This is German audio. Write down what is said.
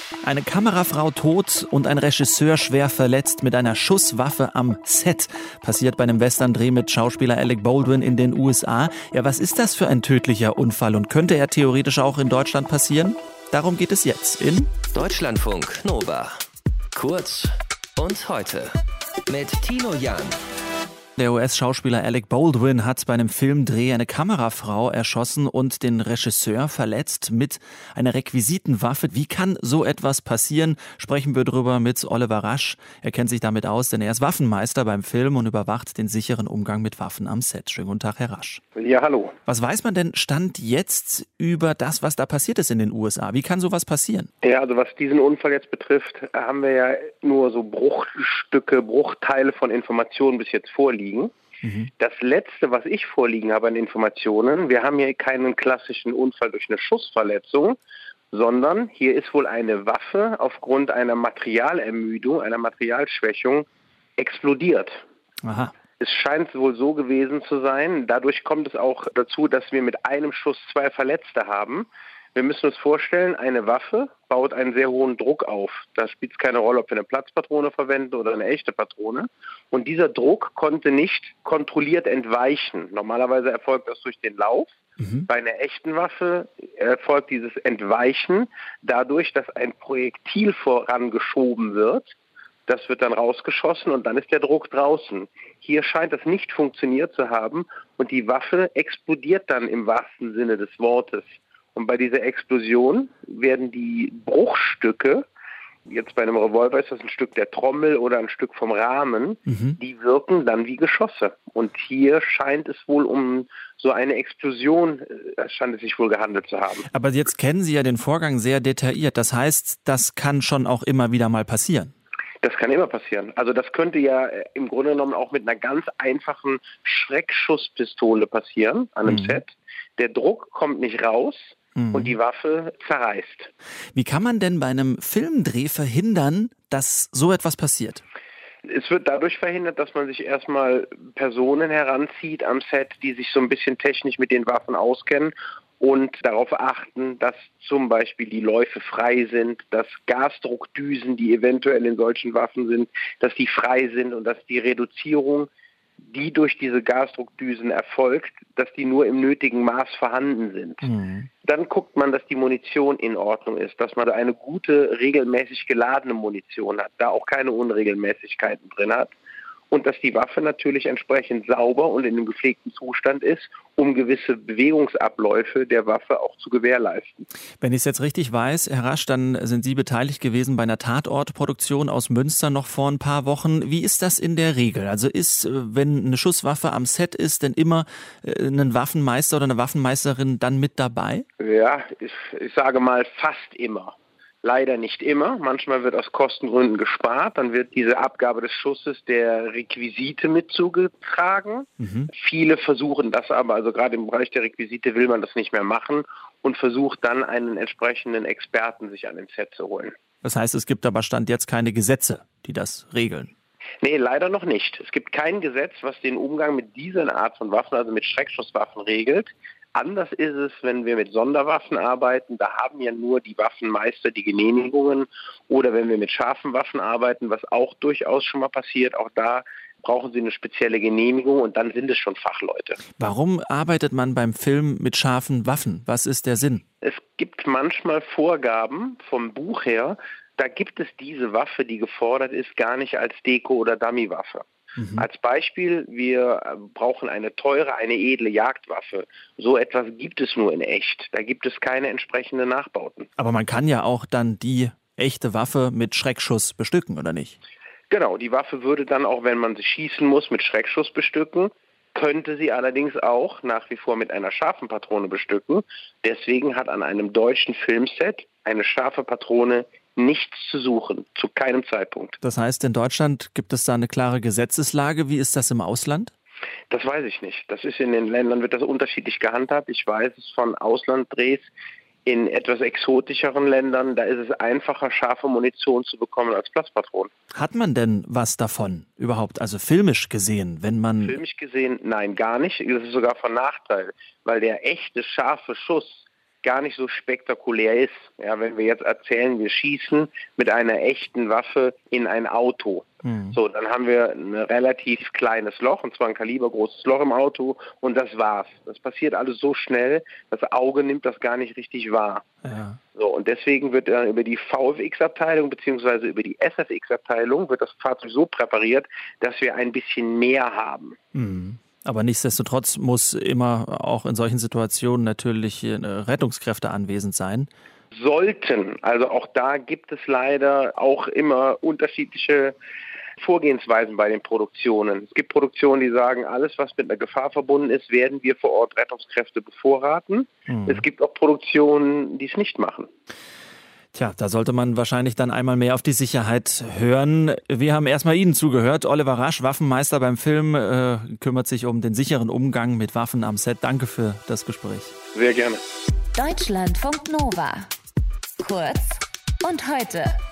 Eine Kamerafrau tot und ein Regisseur schwer verletzt mit einer Schusswaffe am Set. Passiert bei einem Western-Dreh mit Schauspieler Alec Baldwin in den USA. Ja, was ist das für ein tödlicher Unfall und könnte er theoretisch auch in Deutschland passieren? Darum geht es jetzt in Deutschlandfunk Nova. Kurz und heute mit Tino Jan. Der US-Schauspieler Alec Baldwin hat bei einem Filmdreh eine Kamerafrau erschossen und den Regisseur verletzt mit einer Requisitenwaffe. Wie kann so etwas passieren? Sprechen wir drüber mit Oliver Rasch. Er kennt sich damit aus, denn er ist Waffenmeister beim Film und überwacht den sicheren Umgang mit Waffen am Set. Schönen guten Tag, Herr Rasch. Ja, hallo. Was weiß man denn Stand jetzt über das, was da passiert ist in den USA? Wie kann sowas passieren? Ja, also was diesen Unfall jetzt betrifft, haben wir ja nur so Bruchstücke, Bruchteile von Informationen bis jetzt vorliegen. Das Letzte, was ich vorliegen habe an Informationen, wir haben hier keinen klassischen Unfall durch eine Schussverletzung, sondern hier ist wohl eine Waffe aufgrund einer Materialermüdung, einer Materialschwächung explodiert. Aha. Es scheint wohl so gewesen zu sein. Dadurch kommt es auch dazu, dass wir mit einem Schuss 2 Verletzte haben. Wir müssen uns vorstellen, eine Waffe baut einen sehr hohen Druck auf. Da spielt es keine Rolle, ob wir eine Platzpatrone verwenden oder eine echte Patrone. Und dieser Druck konnte nicht kontrolliert entweichen. Normalerweise erfolgt das durch den Lauf. Bei einer echten Waffe erfolgt dieses Entweichen dadurch, dass ein Projektil vorangeschoben wird. Das wird dann rausgeschossen und dann ist der Druck draußen. Hier scheint das nicht funktioniert zu haben und die Waffe explodiert dann im wahrsten Sinne des Wortes. Und bei dieser Explosion werden die Bruchstücke, jetzt bei einem Revolver ist das ein Stück der Trommel oder ein Stück vom Rahmen, die wirken dann wie Geschosse. Und hier scheint es wohl um so eine Explosion, scheint es sich wohl gehandelt zu haben. Aber jetzt kennen Sie ja den Vorgang sehr detailliert. Das heißt, das kann schon auch immer wieder mal passieren. Das kann immer passieren. Also das könnte ja im Grunde genommen auch mit einer ganz einfachen Schreckschusspistole passieren an einem Set. Der Druck kommt nicht raus. Und die Waffe zerreißt. Wie kann man denn bei einem Filmdreh verhindern, dass so etwas passiert? Es wird dadurch verhindert, dass man sich erstmal Personen heranzieht am Set, die sich so ein bisschen technisch mit den Waffen auskennen und darauf achten, dass zum Beispiel die Läufe frei sind, dass Gasdruckdüsen, die eventuell in solchen Waffen sind, dass die frei sind und dass die Reduzierung, die durch diese Gasdruckdüsen erfolgt, dass die nur im nötigen Maß vorhanden sind. Dann guckt man, dass die Munition in Ordnung ist, dass man da eine gute, regelmäßig geladene Munition hat, da auch keine Unregelmäßigkeiten drin hat und dass die Waffe natürlich entsprechend sauber und in einem gepflegten Zustand ist, um gewisse Bewegungsabläufe der Waffe auch zu gewährleisten. Wenn ich es jetzt richtig weiß, Herr Rasch, dann sind Sie beteiligt gewesen bei einer Tatortproduktion aus Münster noch vor ein paar Wochen. Wie ist das in der Regel? Also ist, wenn eine Schusswaffe am Set ist, denn immer ein Waffenmeister oder eine Waffenmeisterin dann mit dabei? Ja, ich sage mal fast immer. Leider nicht immer. Manchmal wird aus Kostengründen gespart. Dann wird diese Abgabe des Schusses der Requisite mit zugetragen. Viele versuchen das aber, also gerade im Bereich der Requisite will man das nicht mehr machen und versucht dann einen entsprechenden Experten sich an den Set zu holen. Das heißt, es gibt aber Stand jetzt keine Gesetze, die das regeln? Nee, leider noch nicht. Es gibt kein Gesetz, was den Umgang mit dieser Art von Waffen, also mit Schreckschusswaffen, regelt. Anders ist es, wenn wir mit Sonderwaffen arbeiten. Da haben ja nur die Waffenmeister die Genehmigungen. Oder wenn wir mit scharfen Waffen arbeiten, was auch durchaus schon mal passiert, auch da brauchen sie eine spezielle Genehmigung und dann sind es schon Fachleute. Warum arbeitet man beim Film mit scharfen Waffen? Was ist der Sinn? Es gibt manchmal Vorgaben vom Buch her, da gibt es diese Waffe, die gefordert ist, gar nicht als Deko- oder Dummywaffe. Als Beispiel, wir brauchen eine teure, eine edle Jagdwaffe. So etwas gibt es nur in echt. Da gibt es keine entsprechenden Nachbauten. Aber man kann ja auch dann die echte Waffe mit Schreckschuss bestücken, oder nicht? Genau, die Waffe würde dann auch, wenn man sie schießen muss, mit Schreckschuss bestücken. Könnte sie allerdings auch nach wie vor mit einer scharfen Patrone bestücken. Deswegen hat an einem deutschen Filmset eine scharfe Patrone nichts zu suchen, zu keinem Zeitpunkt. Das heißt, in Deutschland gibt es da eine klare Gesetzeslage. Wie ist das im Ausland? Das weiß ich nicht. Das ist in den Ländern, wird das unterschiedlich gehandhabt. Ich weiß es von Auslanddrehs in etwas exotischeren Ländern, da ist es einfacher, scharfe Munition zu bekommen als Platzpatronen. Hat man denn was davon überhaupt, also filmisch gesehen, wenn man... Filmisch gesehen, nein, gar nicht. Das ist sogar von Nachteil, weil der echte, scharfe Schuss, gar nicht so spektakulär ist. Ja, wenn wir jetzt erzählen, wir schießen mit einer echten Waffe in ein Auto. So, dann haben wir ein relativ kleines Loch, und zwar ein kalibergroßes Loch im Auto, und das war's. Das passiert alles so schnell, das Auge nimmt das gar nicht richtig wahr. Ja. So, und deswegen wird dann über die VFX-Abteilung bzw. über die SFX-Abteilung wird das Fahrzeug so präpariert, dass wir ein bisschen mehr haben. Aber nichtsdestotrotz muss immer auch in solchen Situationen natürlich Rettungskräfte anwesend sein. Sollten. Also auch da gibt es leider auch immer unterschiedliche Vorgehensweisen bei den Produktionen. Es gibt Produktionen, die sagen, alles, was mit einer Gefahr verbunden ist, werden wir vor Ort Rettungskräfte bevorraten. Es gibt auch Produktionen, die es nicht machen. Tja, da sollte man wahrscheinlich dann einmal mehr auf die Sicherheit hören. Wir haben erstmal Ihnen zugehört. Oliver Rasch, Waffenmeister beim Film, kümmert sich um den sicheren Umgang mit Waffen am Set. Danke für das Gespräch. Sehr gerne. Deutschlandfunk Nova. Kurz und heute.